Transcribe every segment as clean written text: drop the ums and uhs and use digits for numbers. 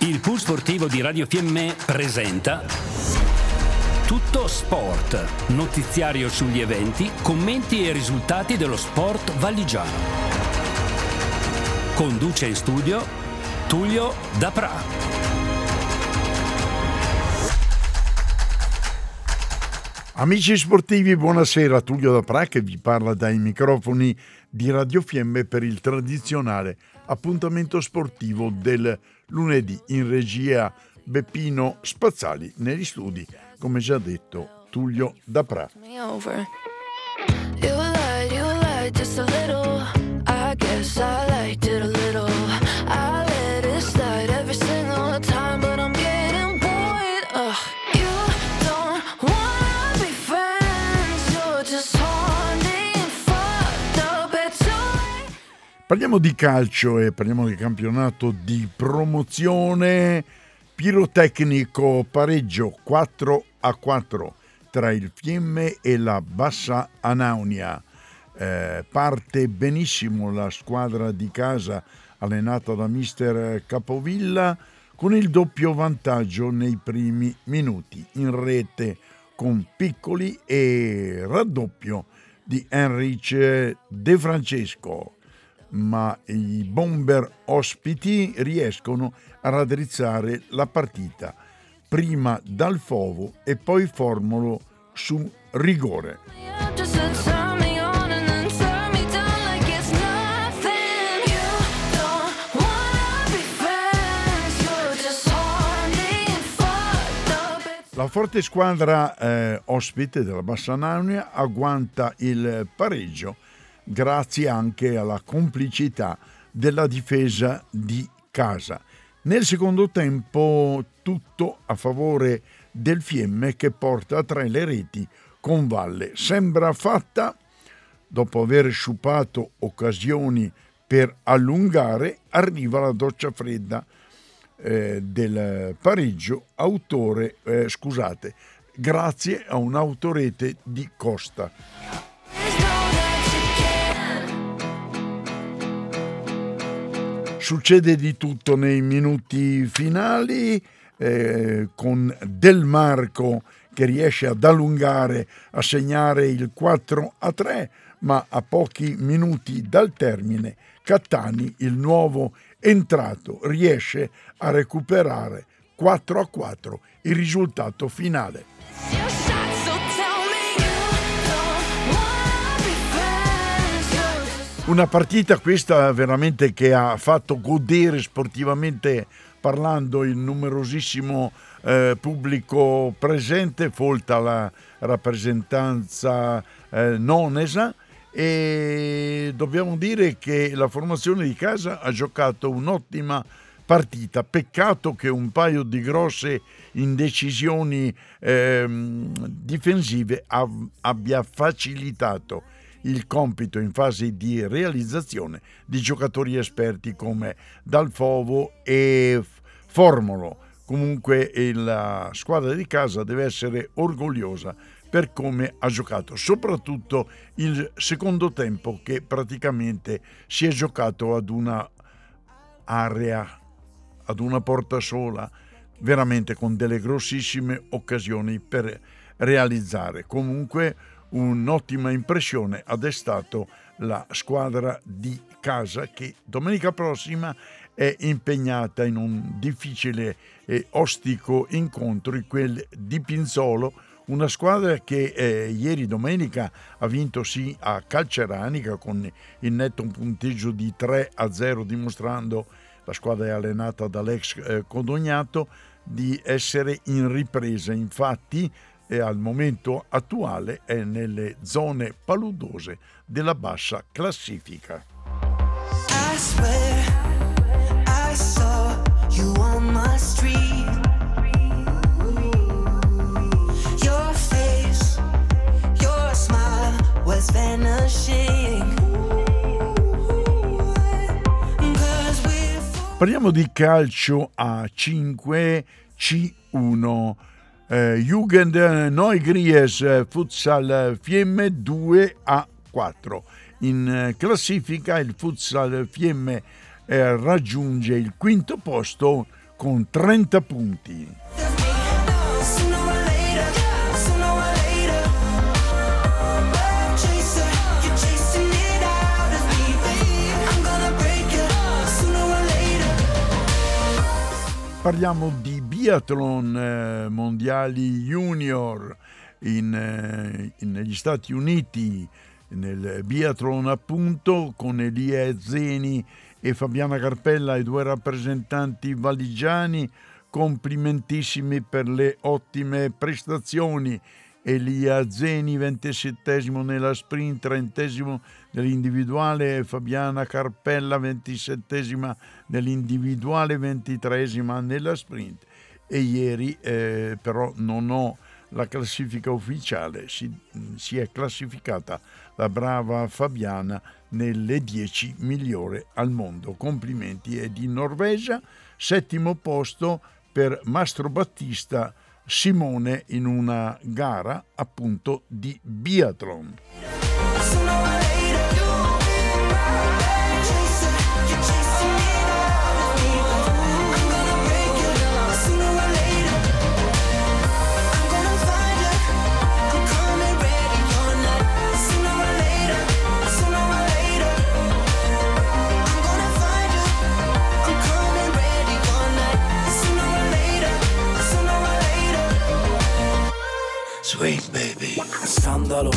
Il pool sportivo di Radio Fiemme presenta Tutto Sport, notiziario sugli eventi, commenti e risultati dello sport valigiano. Conduce in studio Tullio Dapra. Amici sportivi, buonasera. Tullio Dapra che vi parla dai microfoni di Radio Fiemme per il tradizionale appuntamento sportivo del lunedì. In regia Beppino Spazzali, negli studi, come già detto, Tullio Dapra. Parliamo di calcio e parliamo del campionato di promozione. Pirotecnico, pareggio 4-4 tra il Fiemme e la Bassa Anaunia. Parte benissimo la squadra di casa allenata da mister Capovilla con il doppio vantaggio nei primi minuti. In rete con Piccoli e raddoppio di Enric De Francesco. Ma i bomber ospiti riescono a raddrizzare la partita, prima Dal Fovo e poi Formolo su rigore. La forte squadra ospite della Bassa Anaunia agguanta il pareggio grazie anche alla complicità della difesa di casa. Nel secondo tempo tutto a favore del Fiemme che porta a 3 le reti con Valle. Sembra fatta, dopo aver sciupato occasioni per allungare, arriva la doccia fredda del pareggio, grazie a un'autorete di Costa. Succede di tutto nei minuti finali, con Del Marco che riesce ad allungare, a segnare il 4-3, ma a pochi minuti dal termine Cattani, il nuovo entrato, riesce a recuperare 4-4 il risultato finale. Una partita questa veramente che ha fatto godere sportivamente parlando il numerosissimo pubblico presente, folta la rappresentanza nonesa, e dobbiamo dire che la formazione di casa ha giocato un'ottima partita. Peccato che un paio di grosse indecisioni difensive abbia facilitato il compito in fase di realizzazione di giocatori esperti come Dal Fovo e Formolo. Comunque la squadra di casa deve essere orgogliosa per come ha giocato, soprattutto il secondo tempo, che praticamente si è giocato ad una area, ad una porta sola, veramente con delle grossissime occasioni per realizzare. Comunque un'ottima impressione ha destato la squadra di casa, che domenica prossima è impegnata in un difficile e ostico incontro, quel di Pinzolo, una squadra che ieri domenica ha vinto sì a Calceranica con il netto un punteggio di 3-0, dimostrando, la squadra è allenata dall'ex Codognato, di essere in ripresa. Infatti al momento attuale è nelle zone paludose della bassa classifica. I swear I saw you on my street. Your face, your smile was vanishing. Parliamo di calcio a 5C1. Jugend Neugries Futsal Fiemme 2-4. In classifica il Futsal Fiemme raggiunge il quinto posto con 30 punti. Parliamo di biathlon mondiali junior negli Stati Uniti, nel biathlon appunto, con Elia Zeni e Fabiana Carpella, i due rappresentanti valigiani. Complimentissimi per le ottime prestazioni. Elia Zeni 27esimo nella sprint, 30esimo nell'individuale, Fabiana Carpella 27esima nell'individuale, 23esima nella sprint. E ieri però non ho la classifica ufficiale, si è classificata la brava Fabiana nelle 10 migliori al mondo. Complimenti. E di Norvegia, 7° posto per Mastro Battista Simone in una gara appunto di biathlon. Sweet baby. Scandalo,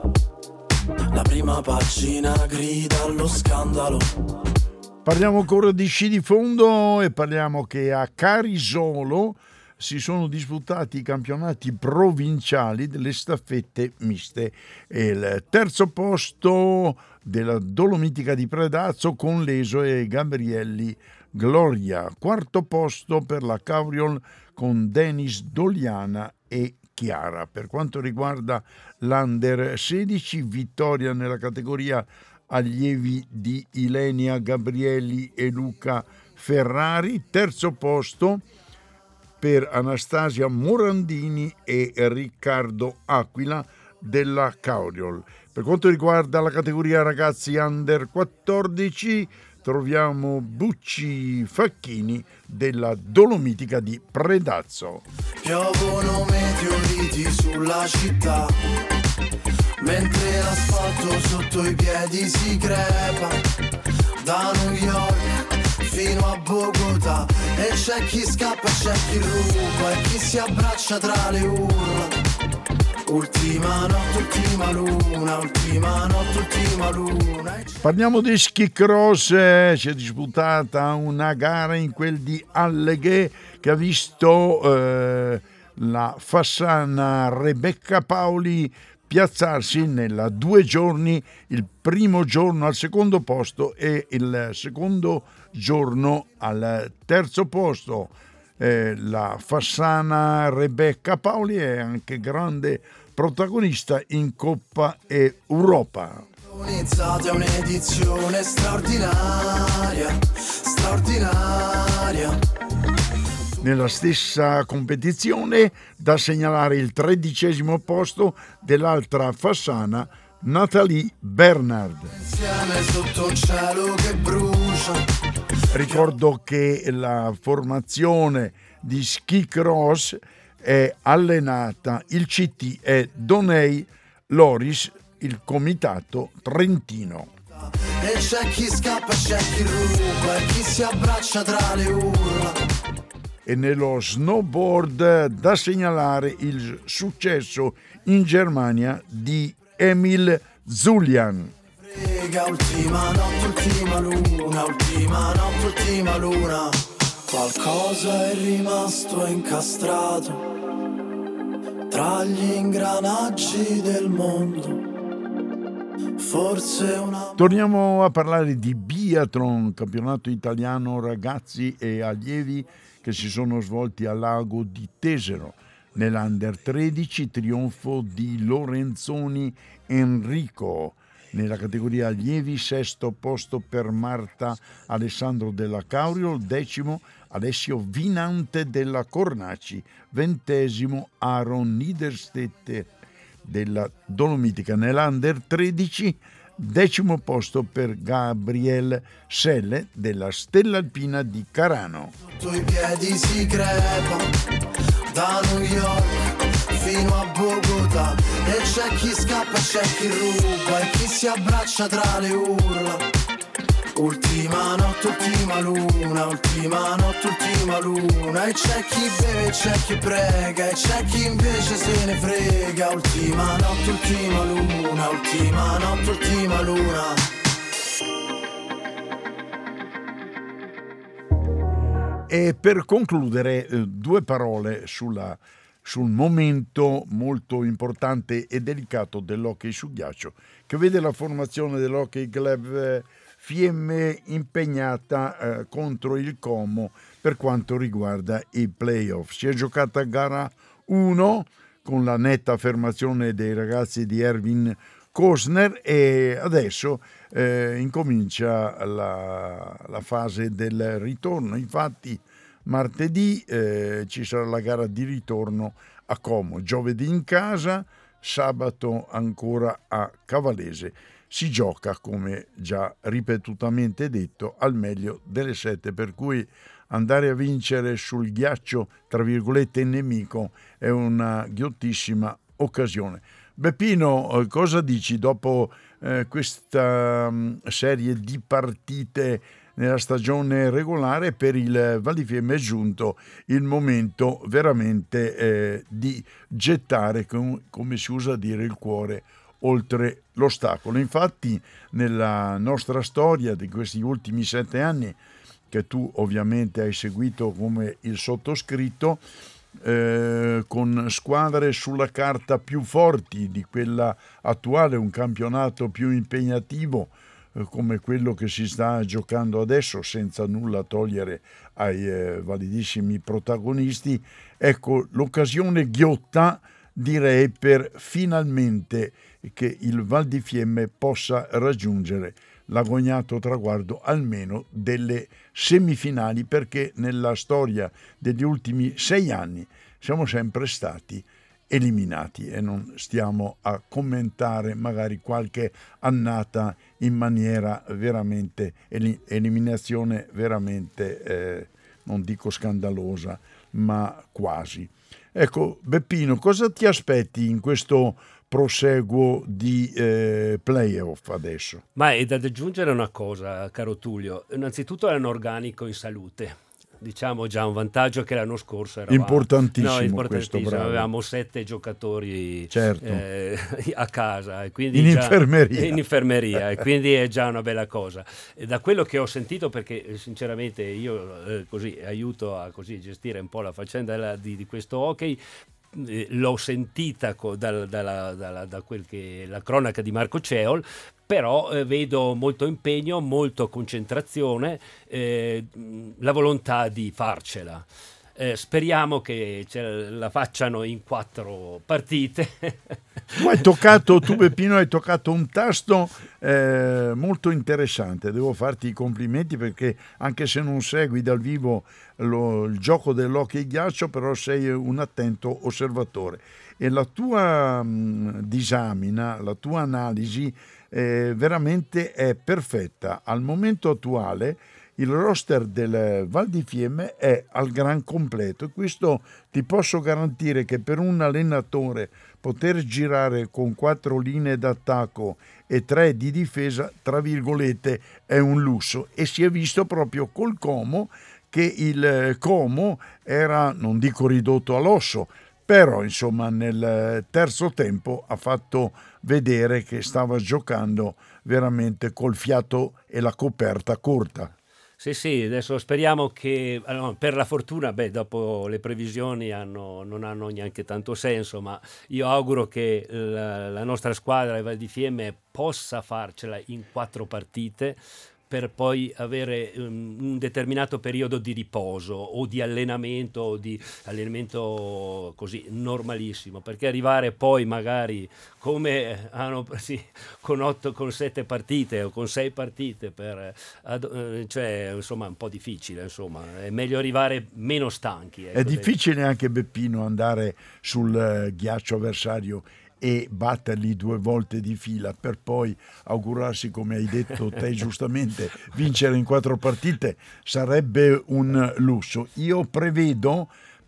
la prima pagina grida allo scandalo. Parliamo ancora di sci di fondo e parliamo che a Carisolo si sono disputati i campionati provinciali delle staffette miste e il 3° posto della Dolomitica di Predazzo con Leso e Gabrielli Gloria, 4° posto per la Cavriol con Denis Doliana e Chiara. Per quanto riguarda l'Under 16, vittoria nella categoria allievi di Ilenia Gabrielli e Luca Ferrari, 3° posto per Anastasia Morandini e Riccardo Aquila della Cavriol. Per quanto riguarda la categoria ragazzi Under 14, troviamo Bucci Facchini della Dolomitica di Predazzo. Piovono meteoriti sulla città, mentre l'asfalto sotto i piedi si crepa, da New York fino a Bogotà, e c'è chi scappa e c'è chi ruba e chi si abbraccia tra le urla. Ultima notte, ultima luna, ultima notte, ultima luna. Parliamo di ski cross, si è disputata una gara in quel di Alleghe che ha visto la fassana Rebecca Paoli piazzarsi nella 2 giorni, il primo giorno al 2° posto e il 2° giorno al 3° posto. La fassana Rebecca Paoli è anche grande protagonista in Coppa Europa. È un'edizione straordinaria, straordinaria. Nella stessa competizione da segnalare il 13° posto dell'altra fassana Nathalie Bernard. Insieme sotto un cielo che brucia. Ricordo che la formazione di ski cross è allenata, il CT è Donei Loris, il comitato trentino. E c'è chi scappa, c'è chi ruba e chi si abbraccia tra le urla. E nello snowboard da segnalare il successo in Germania di Emil Zulian. Ultima notte, ultima luna, ultima notte, ultima luna. Qualcosa è rimasto incastrato tra gli ingranaggi del mondo. Forse una... Torniamo a parlare di biathlon, campionato italiano ragazzi e allievi che si sono svolti al lago di Tesero. Nell'Under 13 trionfo di Lorenzoni Enrico. Nella categoria allievi 6° posto per Marta Alessandro della Caurio, 10° Alessio Vinante della Cornaci, 20° Aaron Niederstedt della Dolomitica. Nell'Under 13 10° posto per Gabriel Selle della Stella Alpina di Carano. Sotto i piedi si crepa, da New York fino a Bogotà, e c'è chi scappa e c'è chi ruba e chi si abbraccia tra le urla. Ultima notte, ultima luna, ultima notte, ultima luna, e c'è chi beve, c'è chi prega e c'è chi invece se ne frega. Ultima notte, ultima luna, ultima notte, ultima luna. E per concludere, 2 parole sul momento molto importante e delicato dell'hockey su ghiaccio, che vede la formazione dell'Hockey Club Fiemme impegnata contro il Como per quanto riguarda i playoff. Si è giocata gara 1 con la netta affermazione dei ragazzi di Erwin Cosner, e adesso incomincia la fase del ritorno. Infatti martedì ci sarà la gara di ritorno a Como, giovedì in casa, sabato ancora a Cavallese. Si gioca, come già ripetutamente detto, al meglio delle 7, per cui andare a vincere sul ghiaccio, tra virgolette, nemico, è una ghiottissima occasione. Beppino, cosa dici dopo questa serie di partite nella stagione regolare? Per il Val di Fiemme è giunto il momento veramente di gettare, come si usa dire, il cuore oltre l'ostacolo. Infatti nella nostra storia di questi ultimi 7 anni, che tu ovviamente hai seguito come il sottoscritto, con squadre sulla carta più forti di quella attuale, un campionato più impegnativo come quello che si sta giocando adesso, senza nulla togliere ai validissimi protagonisti, ecco l'occasione ghiotta, direi, per finalmente che il Val di Fiemme possa raggiungere l'agognato traguardo almeno delle semifinali, perché nella storia degli ultimi 6 anni siamo sempre stati eliminati, e non stiamo a commentare magari qualche annata in maniera veramente eliminazione veramente non dico scandalosa, ma quasi. Ecco, Beppino, cosa ti aspetti in questo proseguo di playoff adesso? Ma è da aggiungere una cosa, caro Tullio. Innanzitutto è un organico in salute. Diciamo già un vantaggio che l'anno scorso era importantissimo, questo, bravo. Avevamo 7 giocatori, certo, a casa, e quindi in infermeria, e quindi è già una bella cosa. E da quello che ho sentito, perché sinceramente io così aiuto a così gestire un po' la faccenda di questo hockey, l'ho sentita da quel che la cronaca di Marco Ceol, però vedo molto impegno, molta concentrazione, la volontà di farcela. Speriamo che la facciano in 4 partite. Tu Beppino hai toccato un tasto molto interessante, devo farti i complimenti, perché anche se non segui dal vivo il gioco dell'hockey ghiaccio, però sei un attento osservatore, e la tua disamina, la tua analisi veramente è perfetta. Al momento attuale il roster del Val di Fiemme è al gran completo, e questo ti posso garantire che per un allenatore poter girare con 4 linee d'attacco e 3 di difesa, tra virgolette, è un lusso, e si è visto proprio col Como che il Como era, non dico ridotto all'osso, però insomma nel terzo tempo ha fatto vedere che stava giocando veramente col fiato e la coperta corta. Sì, adesso speriamo che, allora, per la fortuna, dopo le previsioni non hanno neanche tanto senso, ma io auguro che la nostra squadra, il Val di Fiemme, possa farcela in 4 partite, per poi avere un determinato periodo di riposo o di allenamento così normalissimo, perché arrivare poi magari come con 7 partite o con 6 partite cioè insomma è un po' difficile, insomma è meglio arrivare meno stanchi, ecco. È difficile anche, Beppino, andare sul ghiaccio avversario e batterli 2 volte di fila per poi augurarsi, come hai detto te giustamente, vincere in 4 partite sarebbe un lusso. Io prevedo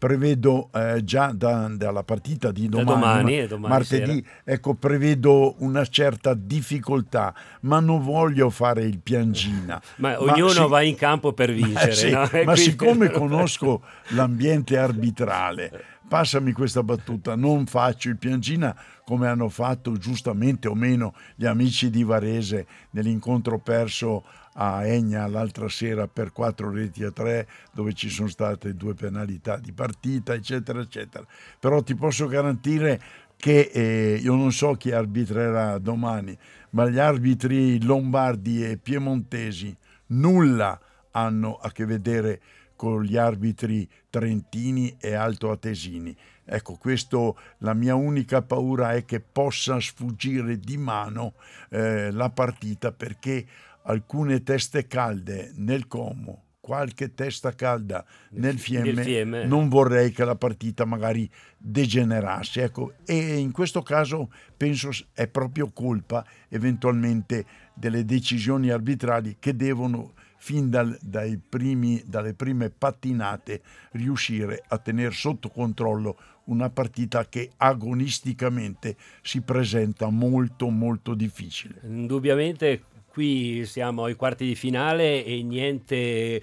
già dalla partita di domani martedì, ecco, prevedo una certa difficoltà, ma non voglio fare il piangina. Ma ognuno va in campo per vincere. Sì, no? Ma Quindi... siccome conosco l'ambiente arbitrale, passami questa battuta, non faccio il piangina come hanno fatto giustamente o meno gli amici di Varese nell'incontro perso a Egna l'altra sera per 4-3, dove ci sono state 2 penalità di partita, eccetera, eccetera. Però ti posso garantire che io non so chi arbitrerà domani, ma gli arbitri lombardi e piemontesi nulla hanno a che vedere con gli arbitri trentini e altoatesini. Ecco, questo, la mia unica paura è che possa sfuggire di mano la partita, perché alcune teste calde nel Como, qualche testa calda nel Fiemme, non vorrei che la partita magari degenerasse. Ecco, e in questo caso penso è proprio colpa eventualmente delle decisioni arbitrali che devono fin dalle prime pattinate riuscire a tenere sotto controllo una partita che agonisticamente si presenta molto molto difficile. Indubbiamente qui siamo ai quarti di finale e niente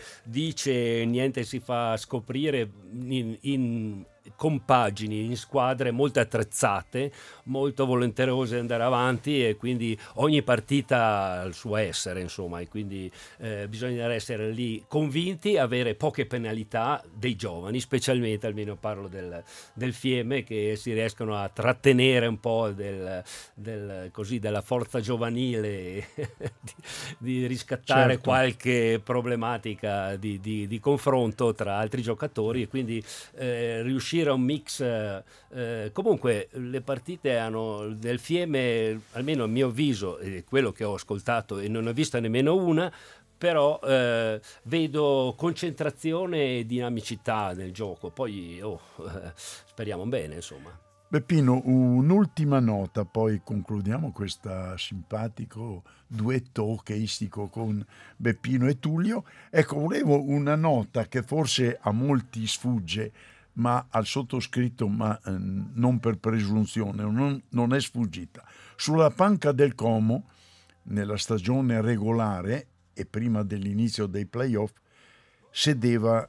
si fa scoprire in compagini, in squadre molto attrezzate, molto volenterose ad andare avanti, e quindi ogni partita ha il suo essere, insomma, e quindi bisogna essere lì convinti, avere poche penalità dei giovani, specialmente, almeno parlo del Fiemme, che si riescono a trattenere un po' della forza giovanile di riscattare qualche problematica di confronto tra altri giocatori, e quindi riuscire a un mix. Comunque le partite hanno del Fiemme, almeno a mio avviso, quello che ho ascoltato, e non ho vista nemmeno una, però vedo concentrazione e dinamicità nel gioco. Poi speriamo bene, insomma. Beppino, un'ultima nota, poi concludiamo questo simpatico duetto hockeyistico con Beppino e Tullio. Ecco, volevo una nota che forse a molti sfugge, ma al sottoscritto, ma non per presunzione, non è sfuggita. Sulla panca del Como, nella stagione regolare e prima dell'inizio dei playoff, sedeva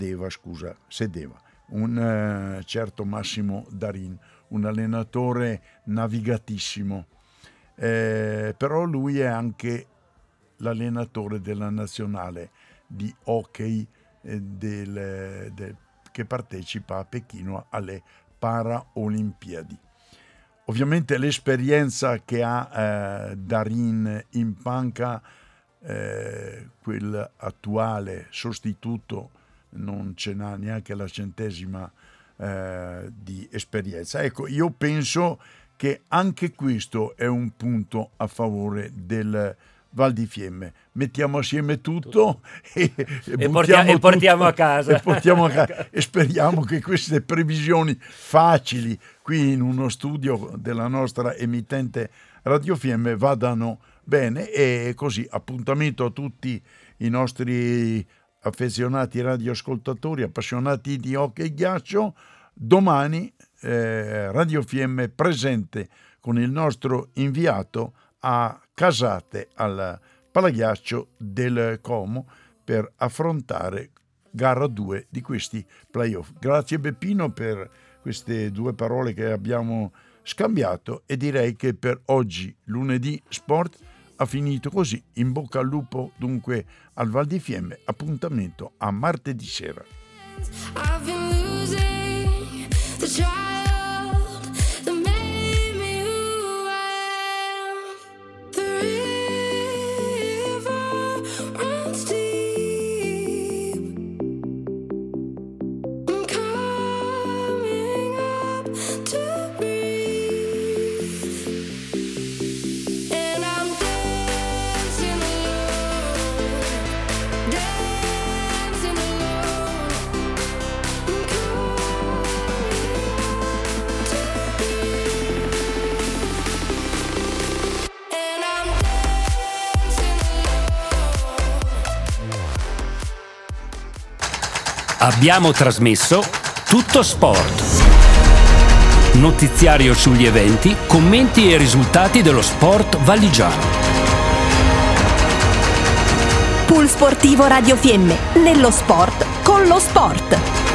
un certo Massimo Darin, un allenatore navigatissimo, però lui è anche l'allenatore della nazionale di hockey che partecipa a Pechino alle Paraolimpiadi. Ovviamente l'esperienza che ha Darin in panca, quel attuale sostituto non ce n'ha neanche la 100ª di esperienza. Ecco, io penso che anche questo è un punto a favore del Val di Fiemme. Mettiamo assieme tutto e portiamo a casa. E speriamo che queste previsioni facili qui in uno studio della nostra emittente Radio Fiemme vadano bene, e così appuntamento a tutti i nostri affezionati radioascoltatori, appassionati di hockey ghiaccio. Domani Radio Fiemme presente con il nostro inviato a Casate al Palaghiaccio del Como per affrontare gara 2 di questi playoff. Grazie Beppino per queste 2 parole che abbiamo scambiato, e direi che per oggi lunedì Sport ha finito così. In bocca al lupo dunque al Val di Fiemme, appuntamento a martedì sera. Abbiamo trasmesso Tutto Sport. Notiziario sugli eventi, commenti e risultati dello sport valigiano. Pool Sportivo Radio Fiemme, nello sport con lo sport.